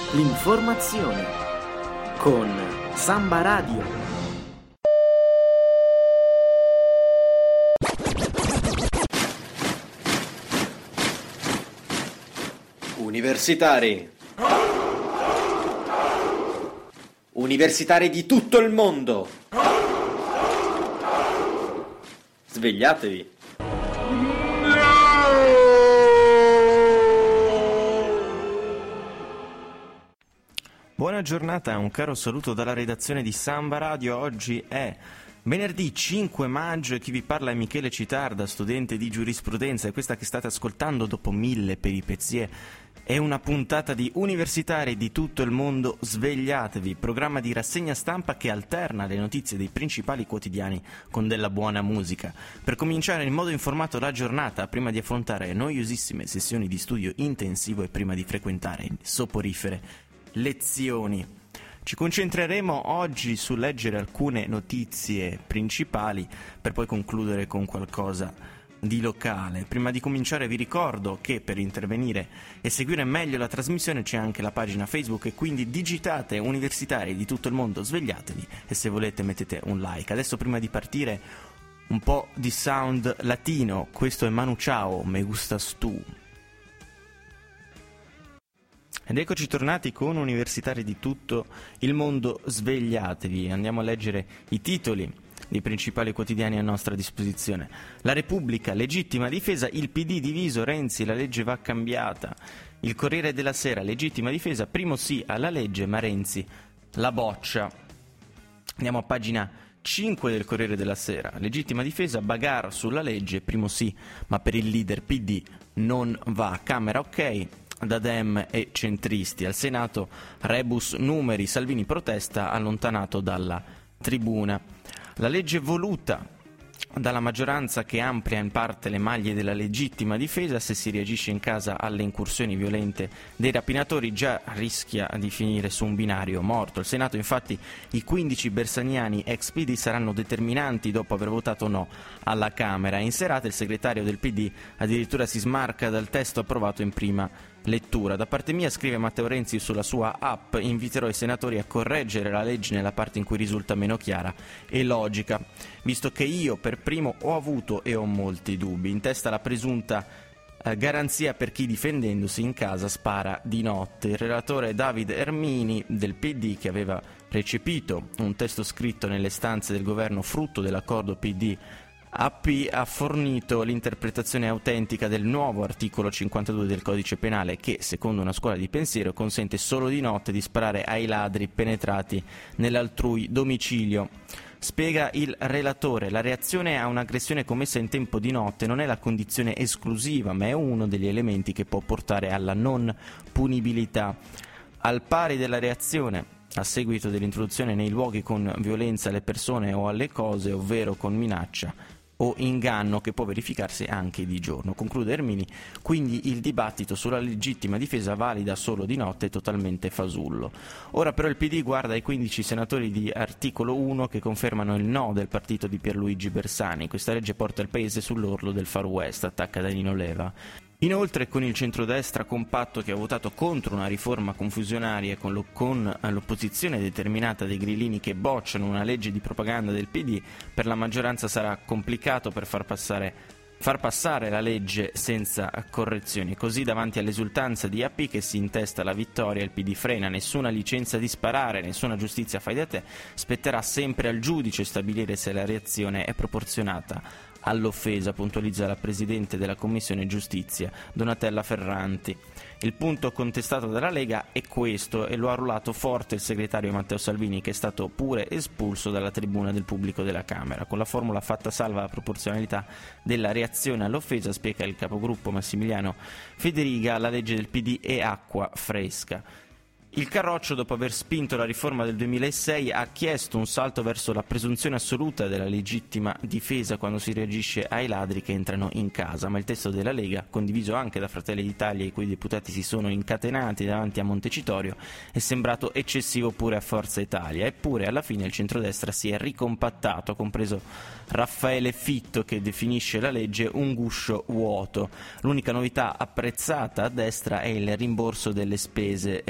l'informazione con Samba Radio. Universitari. Universitari di tutto il mondo. Svegliatevi. Buona giornata, un caro saluto dalla redazione di Samba Radio. Oggi è venerdì 5 maggio e chi vi parla è Michele Citarda, studente di giurisprudenza, e questa che state ascoltando dopo 1000 peripezie è una puntata di Universitari di tutto il mondo. Svegliatevi, programma di rassegna stampa che alterna le notizie dei principali quotidiani con della buona musica. Per cominciare in modo informato la giornata, prima di affrontare noiosissime sessioni di studio intensivo e prima di frequentare soporifere lezioni. Ci concentreremo oggi su leggere alcune notizie principali per poi concludere con qualcosa di locale. Prima di cominciare vi ricordo che per intervenire e seguire meglio la trasmissione c'è anche la pagina Facebook e quindi digitate Universitari di tutto il mondo, svegliatevi e se volete mettete un like. Adesso prima di partire un po' di sound latino, questo è Manu Chao, Me Gustas Tu. Ed eccoci tornati con Universitari di tutto il mondo, svegliatevi. Andiamo a leggere i titoli dei principali quotidiani a nostra disposizione. La Repubblica, legittima difesa, il PD diviso, Renzi, la legge va cambiata. Il Corriere della Sera, legittima difesa, primo sì alla legge, ma Renzi la boccia. Andiamo a pagina 5 del Corriere della Sera, legittima difesa, bagarre sulla legge, primo sì, ma per il leader PD non va. Camera ok, da Dem e centristi. Al Senato rebus numeri, Salvini protesta, allontanato dalla tribuna. La legge voluta dalla maggioranza che amplia in parte le maglie della legittima difesa, se si reagisce in casa alle incursioni violente dei rapinatori già rischia di finire su un binario morto. Il Senato infatti, i 15 bersaniani ex PD saranno determinanti dopo aver votato no alla Camera. In serata il segretario del PD addirittura si smarca dal testo approvato in prima lettura. Da parte mia, scrive Matteo Renzi sulla sua app, inviterò i senatori a correggere la legge nella parte in cui risulta meno chiara e logica, visto che io per primo ho avuto e ho molti dubbi. In testa la presunta garanzia per chi difendendosi in casa spara di notte. Il relatore David Ermini del PD, che aveva recepito un testo scritto nelle stanze del governo frutto dell'accordo PD AP, ha fornito l'interpretazione autentica del nuovo articolo 52 del codice penale che, secondo una scuola di pensiero, consente solo di notte di sparare ai ladri penetrati nell'altrui domicilio. Spiega il relatore, la reazione a un'aggressione commessa in tempo di notte non è la condizione esclusiva, ma è uno degli elementi che può portare alla non punibilità. Al pari della reazione a seguito dell'introduzione nei luoghi con violenza alle persone o alle cose, ovvero con minaccia o inganno, che può verificarsi anche di giorno. Conclude Ermini, quindi il dibattito sulla legittima difesa valida solo di notte è totalmente fasullo. Ora però il PD guarda ai 15 senatori di articolo 1 che confermano il no del partito di Pierluigi Bersani. Questa legge porta il paese sull'orlo del Far West, attacca Danilo Leva. Inoltre, con il centrodestra compatto che ha votato contro una riforma confusionaria e con l'opposizione determinata dei grillini che bocciano una legge di propaganda del PD, per la maggioranza sarà complicato per far passare la legge senza correzioni. Così, davanti all'esultanza di AP che si intesta la vittoria, il PD frena: nessuna licenza di sparare, nessuna giustizia fai da te, spetterà sempre al giudice stabilire se la reazione è proporzionata all'offesa, puntualizza la Presidente della Commissione Giustizia, Donatella Ferranti. Il punto contestato dalla Lega è questo e lo ha rullato forte il segretario Matteo Salvini, che è stato pure espulso dalla tribuna del pubblico della Camera. Con la formula fatta salva la proporzionalità della reazione all'offesa, spiega il capogruppo Massimiliano Federiga, la legge del PD è acqua fresca. Il Carroccio, dopo aver spinto la riforma del 2006, ha chiesto un salto verso la presunzione assoluta della legittima difesa quando si reagisce ai ladri che entrano in casa, ma il testo della Lega, condiviso anche da Fratelli d'Italia, i cui deputati si sono incatenati davanti a Montecitorio, è sembrato eccessivo pure a Forza Italia. Eppure alla fine il centrodestra si è ricompattato, compreso Raffaele Fitto, che definisce la legge un guscio vuoto. L'unica novità apprezzata a destra è il rimborso delle spese legali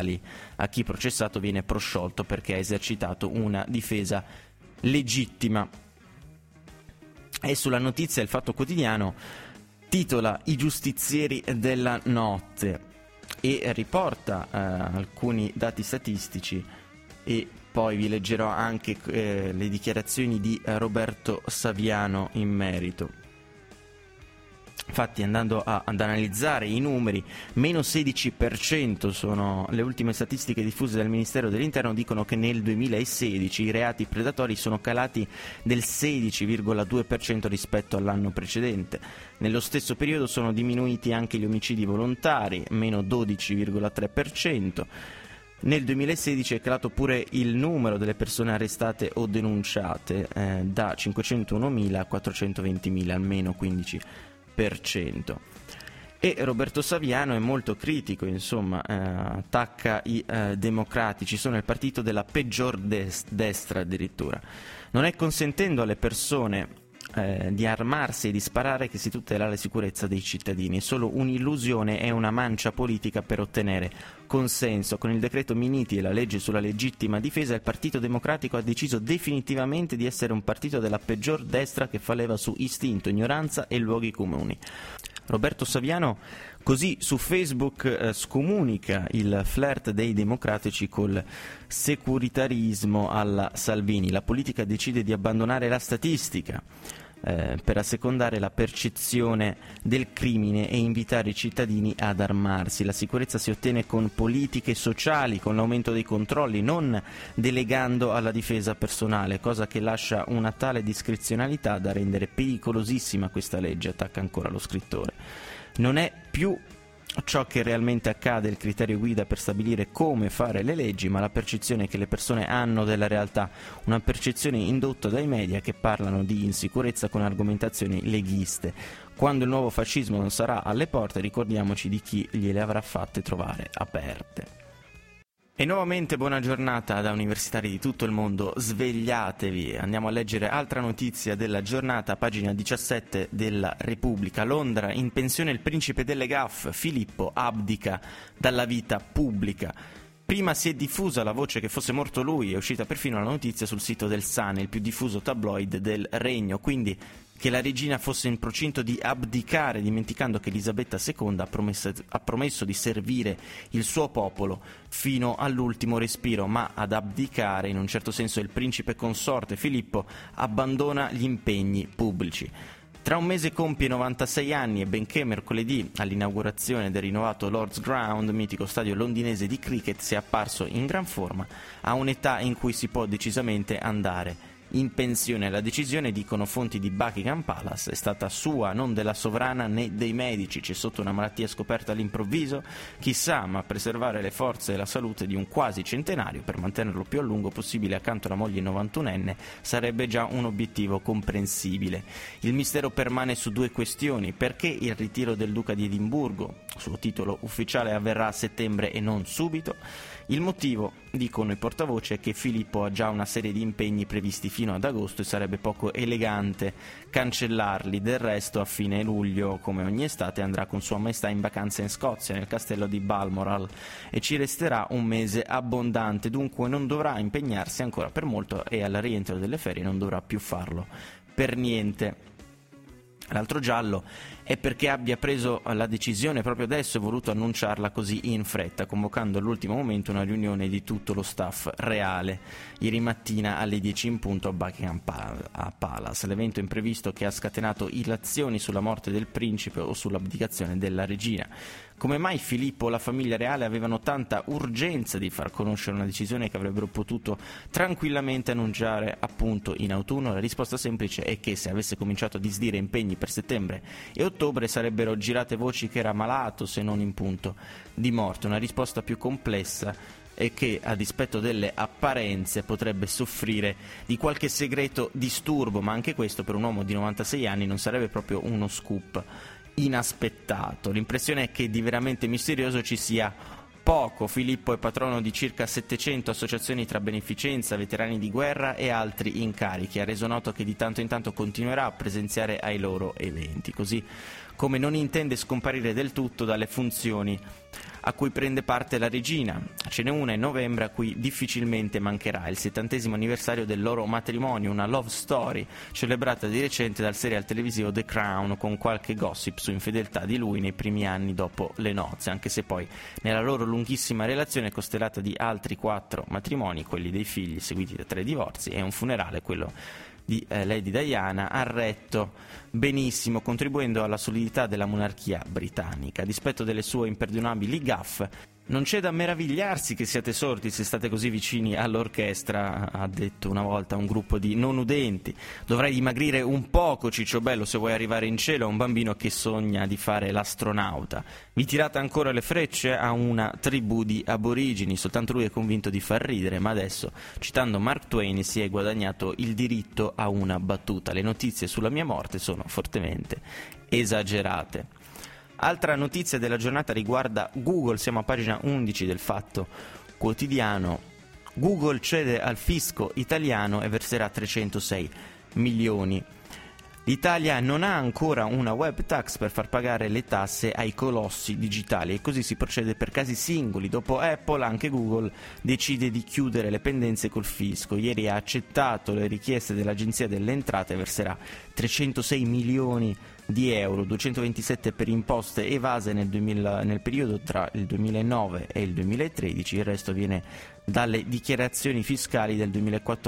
quali a chi processato viene prosciolto perché ha esercitato una difesa legittima. E sulla notizia il Fatto Quotidiano titola "I giustizieri della notte" e riporta alcuni dati statistici, e poi vi leggerò anche le dichiarazioni di Roberto Saviano in merito. Infatti, andando ad analizzare i numeri, meno 16% sono le ultime statistiche diffuse dal Ministero dell'Interno, dicono che nel 2016 i reati predatori sono calati del 16,2% rispetto all'anno precedente. Nello stesso periodo sono diminuiti anche gli omicidi volontari, meno 12,3%. Nel 2016 è calato pure il numero delle persone arrestate o denunciate da 501.000 a 420.000, almeno 15%. E Roberto Saviano è molto critico, insomma, attacca i democratici, sono il partito della peggior destra addirittura. Non è consentendo alle persone di armarsi e di sparare che si tutela la sicurezza dei cittadini, è solo un'illusione e una mancia politica per ottenere consenso. Con il decreto Minniti e la legge sulla legittima difesa il Partito Democratico ha deciso definitivamente di essere un partito della peggior destra che fa leva su istinto, ignoranza e luoghi comuni. Roberto Saviano così su Facebook scomunica il flirt dei democratici col securitarismo alla Salvini. La politica decide di abbandonare la statistica per assecondare la percezione del crimine e invitare i cittadini ad armarsi. La sicurezza si ottiene con politiche sociali, con l'aumento dei controlli, non delegando alla difesa personale, cosa che lascia una tale discrezionalità da rendere pericolosissima questa legge, attacca ancora lo scrittore. Non è più ciò che realmente accade il criterio guida per stabilire come fare le leggi, ma la percezione che le persone hanno della realtà, una percezione indotta dai media che parlano di insicurezza con argomentazioni leghiste. Quando il nuovo fascismo non sarà alle porte, ricordiamoci di chi gliele avrà fatte trovare aperte. E nuovamente buona giornata da universitari di tutto il mondo, svegliatevi, andiamo a leggere altra notizia della giornata, pagina 17 della Repubblica. Londra, in pensione il principe delle gaffe, Filippo abdica dalla vita pubblica. Prima si è diffusa la voce che fosse morto lui, è uscita perfino la notizia sul sito del Sun, il più diffuso tabloid del regno, quindi che la regina fosse in procinto di abdicare, dimenticando che Elisabetta II ha promesso di servire il suo popolo fino all'ultimo respiro, ma ad abdicare in un certo senso il principe consorte Filippo abbandona gli impegni pubblici. Tra un mese compie 96 anni e benché mercoledì all'inaugurazione del rinnovato Lord's Ground, mitico stadio londinese di cricket, sia apparso in gran forma, ha un'età in cui si può decisamente andare in pensione. La decisione, dicono fonti di Buckingham Palace, è stata sua, non della sovrana né dei medici. C'è sotto una malattia scoperta all'improvviso? Chissà, ma preservare le forze e la salute di un quasi centenario per mantenerlo più a lungo possibile accanto alla moglie 91enne sarebbe già un obiettivo comprensibile. Il mistero permane su due questioni: perché il ritiro del duca di Edimburgo, suo titolo ufficiale, avverrà a settembre e non subito? Il motivo, dicono i portavoce, è che Filippo ha già una serie di impegni previsti fino ad agosto e sarebbe poco elegante cancellarli. Del resto, a fine luglio, come ogni estate, andrà con Sua Maestà in vacanza in Scozia, nel castello di Balmoral, e ci resterà un mese abbondante, dunque non dovrà impegnarsi ancora per molto e al rientro delle ferie non dovrà più farlo per niente. L'altro giallo è perché abbia preso la decisione proprio adesso e voluto annunciarla così in fretta, convocando all'ultimo momento una riunione di tutto lo staff reale ieri mattina alle 10 in punto a Buckingham Palace. L'evento imprevisto che ha scatenato illazioni sulla morte del principe o sull'abdicazione della regina. Come mai Filippo o la famiglia reale avevano tanta urgenza di far conoscere una decisione che avrebbero potuto tranquillamente annunciare appunto in autunno? La risposta semplice è che se avesse cominciato a disdire impegni per settembre e ottobre sarebbero girate voci che era malato, se non in punto di morte. Una risposta più complessa e che, a dispetto delle apparenze, potrebbe soffrire di qualche segreto disturbo, ma anche questo per un uomo di 96 anni non sarebbe proprio uno scoop inaspettato. L'impressione è che di veramente misterioso ci sia poco. Filippo è patrono di circa 700 associazioni tra beneficenza, veterani di guerra e altri incarichi. Ha reso noto che di tanto in tanto continuerà a presenziare ai loro eventi. Così come non intende scomparire del tutto dalle funzioni a cui prende parte la regina. Ce n'è una in novembre a cui difficilmente mancherà, il 70° anniversario del loro matrimonio, una love story celebrata di recente dal serial televisivo The Crown, con qualche gossip su infedeltà di lui nei primi anni dopo le nozze, anche se poi nella loro lunghissima relazione costellata di altri 4 matrimoni, quelli dei figli seguiti da 3 divorzi e un funerale, quello di Lady Diana, ha retto benissimo, contribuendo alla solidità della monarchia britannica. A dispetto delle sue imperdonabili gaffe, non c'è da meravigliarsi che siate sordi se state così vicini all'orchestra, ha detto una volta un gruppo di non udenti. Dovrai dimagrire un poco, Cicciobello, se vuoi arrivare in cielo, a un bambino che sogna di fare l'astronauta. Vi tirate ancora le frecce a una tribù di aborigini, soltanto lui è convinto di far ridere, ma adesso, citando Mark Twain, si è guadagnato il diritto a una battuta. Le notizie sulla mia morte sono fortemente esagerate. Altra notizia della giornata riguarda Google, siamo a pagina 11 del Fatto Quotidiano. Google cede al fisco italiano e verserà 306 milioni. L'Italia non ha ancora una web tax per far pagare le tasse ai colossi digitali e così si procede per casi singoli. Dopo Apple, anche Google decide di chiudere le pendenze col fisco. Ieri ha accettato le richieste dell'Agenzia delle Entrate e verserà 306 milioni di euro, 227 per imposte evase nel periodo tra il 2009 e il 2013, il resto viene dalle dichiarazioni fiscali del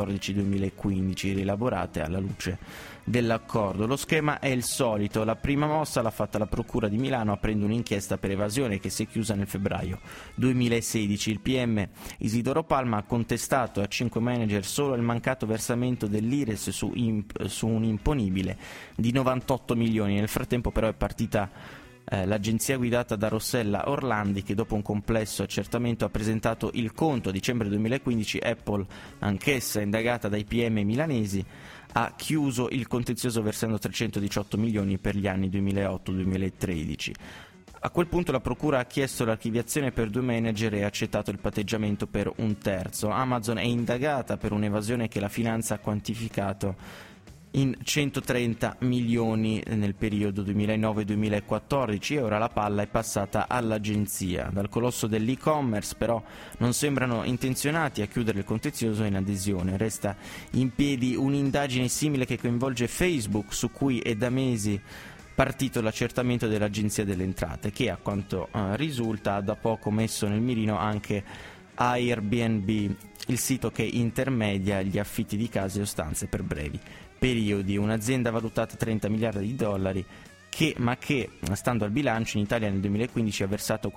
2014-2015 rielaborate alla luce dell'accordo. Lo schema è il solito, la prima mossa l'ha fatta la Procura di Milano aprendo un'inchiesta per evasione che si è chiusa nel febbraio 2016. Il PM Isidoro Palma ha contestato a 5 manager solo il mancato versamento dell'IRES su un imponibile di 98 milioni. Nel frattempo però è partita l'agenzia guidata da Rossella Orlandi, che dopo un complesso accertamento ha presentato il conto. A dicembre 2015 Apple, anch'essa indagata dai PM milanesi, ha chiuso il contenzioso versando 318 milioni per gli anni 2008-2013. A quel punto la procura ha chiesto l'archiviazione per 2 manager e ha accettato il patteggiamento per un terzo. Amazon è indagata per un'evasione che la finanza ha quantificato in 130 milioni nel periodo 2009-2014 e ora la palla è passata all'agenzia. Dal colosso dell'e-commerce però non sembrano intenzionati a chiudere il contenzioso in adesione. Resta in piedi un'indagine simile che coinvolge Facebook, su cui è da mesi partito l'accertamento dell'Agenzia delle Entrate, che a quanto risulta ha da poco messo nel mirino anche Airbnb, il sito che intermedia gli affitti di case o stanze per brevi periodi. Un'azienda valutata a 30 miliardi di dollari che, stando al bilancio, in Italia nel 2015 ha versato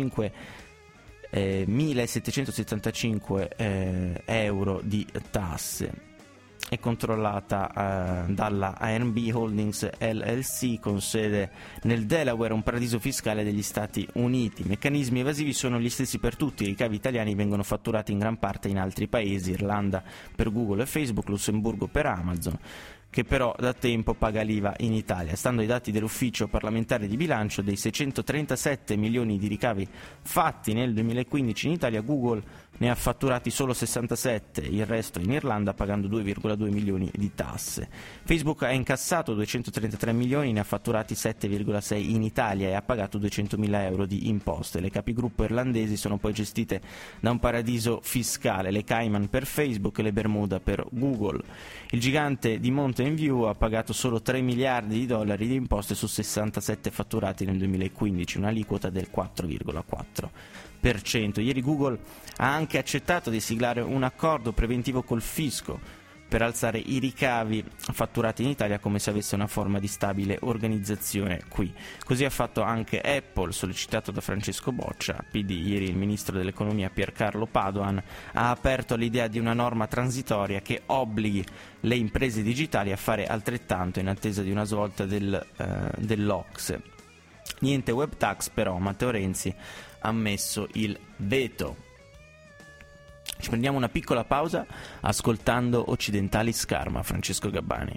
45.775 euro di tasse. È controllata dalla ANB Holdings LLC con sede nel Delaware, un paradiso fiscale degli Stati Uniti. I meccanismi evasivi sono gli stessi per tutti, i ricavi italiani vengono fatturati in gran parte in altri paesi, Irlanda per Google e Facebook, Lussemburgo per Amazon, che però da tempo paga l'IVA in Italia. Stando ai dati dell'ufficio parlamentare di bilancio, dei 637 milioni di ricavi fatti nel 2015 in Italia, Google ne ha fatturati solo 67, il resto in Irlanda, pagando 2,2 milioni di tasse. Facebook ha incassato 233 milioni, ne ha fatturati 7,6 in Italia e ha pagato 200.000 euro di imposte. Le capigruppo irlandesi sono poi gestite da un paradiso fiscale, le Cayman per Facebook e le Bermuda per Google. Il gigante di Mountain View ha pagato solo 3 miliardi di dollari di imposte su 67 fatturati nel 2015, un'aliquota del 4,4%. Ieri Google ha anche accettato di siglare un accordo preventivo col fisco per alzare i ricavi fatturati in Italia, come se avesse una forma di stabile organizzazione qui. Così ha fatto anche Apple, sollecitato da Francesco Boccia, PD. Ieri il ministro dell'economia Piercarlo Padoan ha aperto l'idea di una norma transitoria che obblighi le imprese digitali a fare altrettanto in attesa di una svolta dell'OCSE. Niente web tax però, Matteo Renzi ha messo il veto. Ci prendiamo una piccola pausa ascoltando Occidentali Scarma, Francesco Gabbani.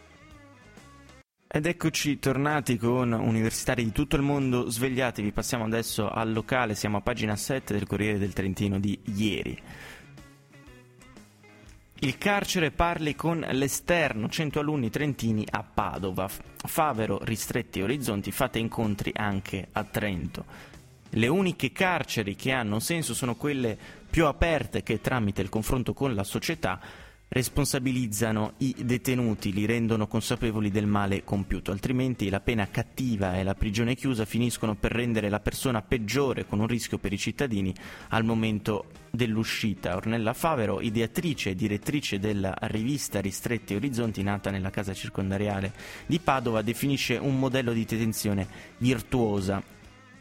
Ed eccoci tornati con universitari di tutto il mondo, svegliatevi. Passiamo adesso al locale, siamo a pagina 7 del Corriere del Trentino di ieri. Il carcere parli con l'esterno, 100 alunni trentini a Padova. Favero, ristretti orizzonti, fate incontri anche a Trento. Le uniche carceri che hanno senso sono quelle più aperte che tramite il confronto con la società responsabilizzano i detenuti, li rendono consapevoli del male compiuto, altrimenti la pena cattiva e la prigione chiusa finiscono per rendere la persona peggiore, con un rischio per i cittadini al momento dell'uscita. Ornella Favero, ideatrice e direttrice della rivista Ristretti Orizzonti, nata nella casa circondariale di Padova, definisce un modello di detenzione virtuosa.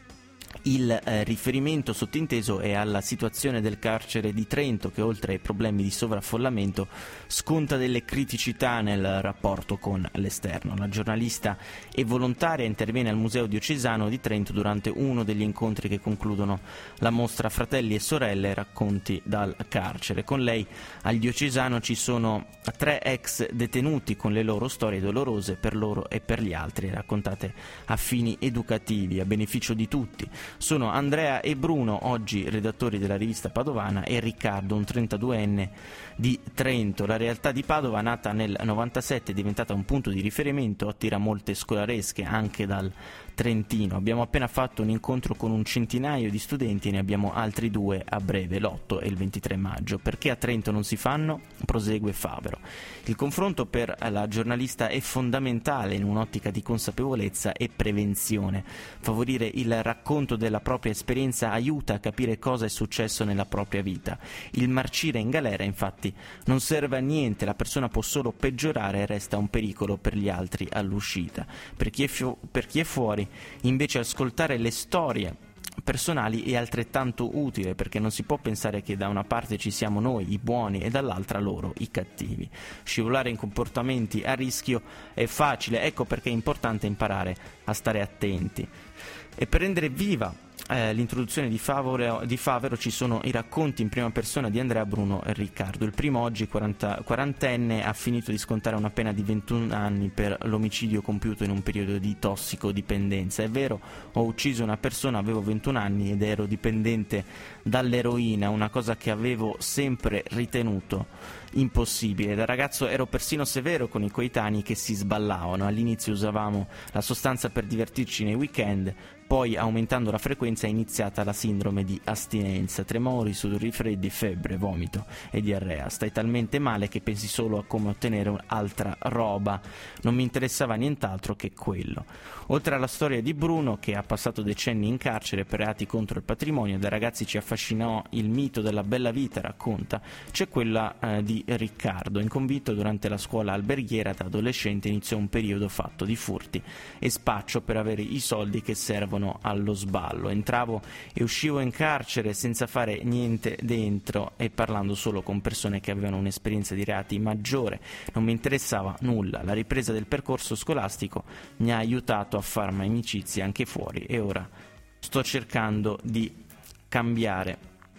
Il riferimento sottinteso è alla situazione del carcere di Trento, che oltre ai problemi di sovraffollamento sconta delle criticità nel rapporto con l'esterno. La giornalista e volontaria interviene al Museo Diocesano di Trento durante uno degli incontri che concludono la mostra Fratelli e sorelle, racconti dal carcere. Con lei al Diocesano ci sono 3 ex detenuti con le loro storie dolorose per loro e per gli altri, raccontate a fini educativi, a beneficio di tutti. Sono Andrea e Bruno, oggi redattori della rivista padovana, e Riccardo, un 32enne di Trento. La realtà di Padova, nata nel 97, è diventata un punto di riferimento, attira molte scolaresche anche dal Trentino. Abbiamo appena fatto un incontro con un centinaio di studenti e ne abbiamo altri 2 a breve, l'8 e il 23 maggio. Perché a Trento non si fanno? Prosegue Favero. Il confronto per la giornalista è fondamentale in un'ottica di consapevolezza e prevenzione. Favorire il racconto della propria esperienza aiuta a capire cosa è successo nella propria vita. Il marcire in galera, infatti, non serve a niente, la persona può solo peggiorare e resta un pericolo per gli altri all'uscita. Per chi è fuori, invece, ascoltare le storie personali è altrettanto utile, perché non si può pensare che da una parte ci siamo noi, i buoni, e dall'altra loro, i cattivi. Scivolare in comportamenti a rischio è facile, ecco perché è importante imparare a stare attenti. E per rendere viva l'introduzione di Favero ci sono i racconti in prima persona di Andrea, Bruno e Riccardo. Il primo, oggi quarantenne, ha finito di scontare una pena di 21 anni per l'omicidio compiuto in un periodo di tossicodipendenza. È vero, ho ucciso una persona, avevo 21 anni ed ero dipendente dall'eroina, una cosa che avevo sempre ritenuto impossibile. Da ragazzo ero persino severo con i coetanei che si sballavano. All'inizio usavamo la sostanza per divertirci nei weekend, poi aumentando la frequenza è iniziata la sindrome di astinenza, tremori, sudori freddi, febbre, vomito e diarrea. Stai talmente male che pensi solo a come ottenere altra roba. Non mi interessava nient'altro che quello. Oltre alla storia di Bruno, che ha passato decenni in carcere per reati contro il patrimonio, da ragazzi ci affascinò il mito della bella vita, racconta, c'è quella di Riccardo. Inconvinto durante la scuola alberghiera, da adolescente iniziò un periodo fatto di furti e spaccio per avere i soldi che servono allo sballo. Entravo e uscivo in carcere senza fare niente dentro e parlando solo con persone che avevano un'esperienza di reati maggiore. Non mi interessava nulla. La ripresa del percorso scolastico mi ha aiutato a farmi amicizie anche fuori e ora sto cercando di cambiare.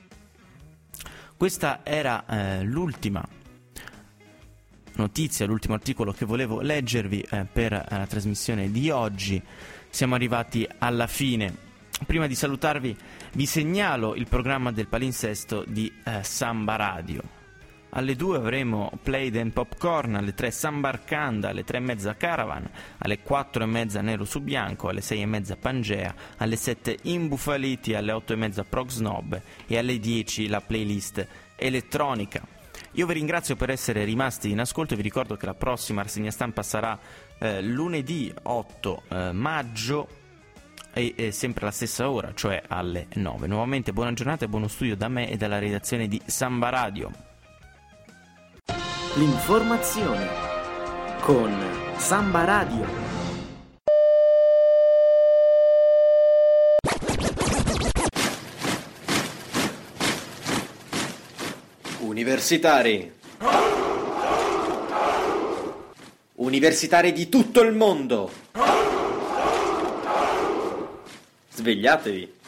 Questa era l'ultima notizia, l'ultimo articolo che volevo leggervi per la trasmissione di oggi. Siamo arrivati alla fine. Prima di salutarvi vi segnalo il programma del palinsesto di Samba Radio. Alle 2 avremo Played and Popcorn, alle 3 Sambarcanda, alle 3:30 Caravan, alle 4:30 Nero su Bianco, alle 6:30 Pangea, alle 7 Imbufaliti, alle 8:30 Prog Snob e alle 10 la playlist elettronica. Io vi ringrazio per essere rimasti in ascolto e vi ricordo che la prossima rassegna stampa sarà lunedì 8 maggio e sempre alla stessa ora, cioè alle 9. Nuovamente buona giornata e buono studio da me e dalla redazione di Samba Radio. L'informazione con Samba Radio. Universitari. Universitari di tutto il mondo. Svegliatevi.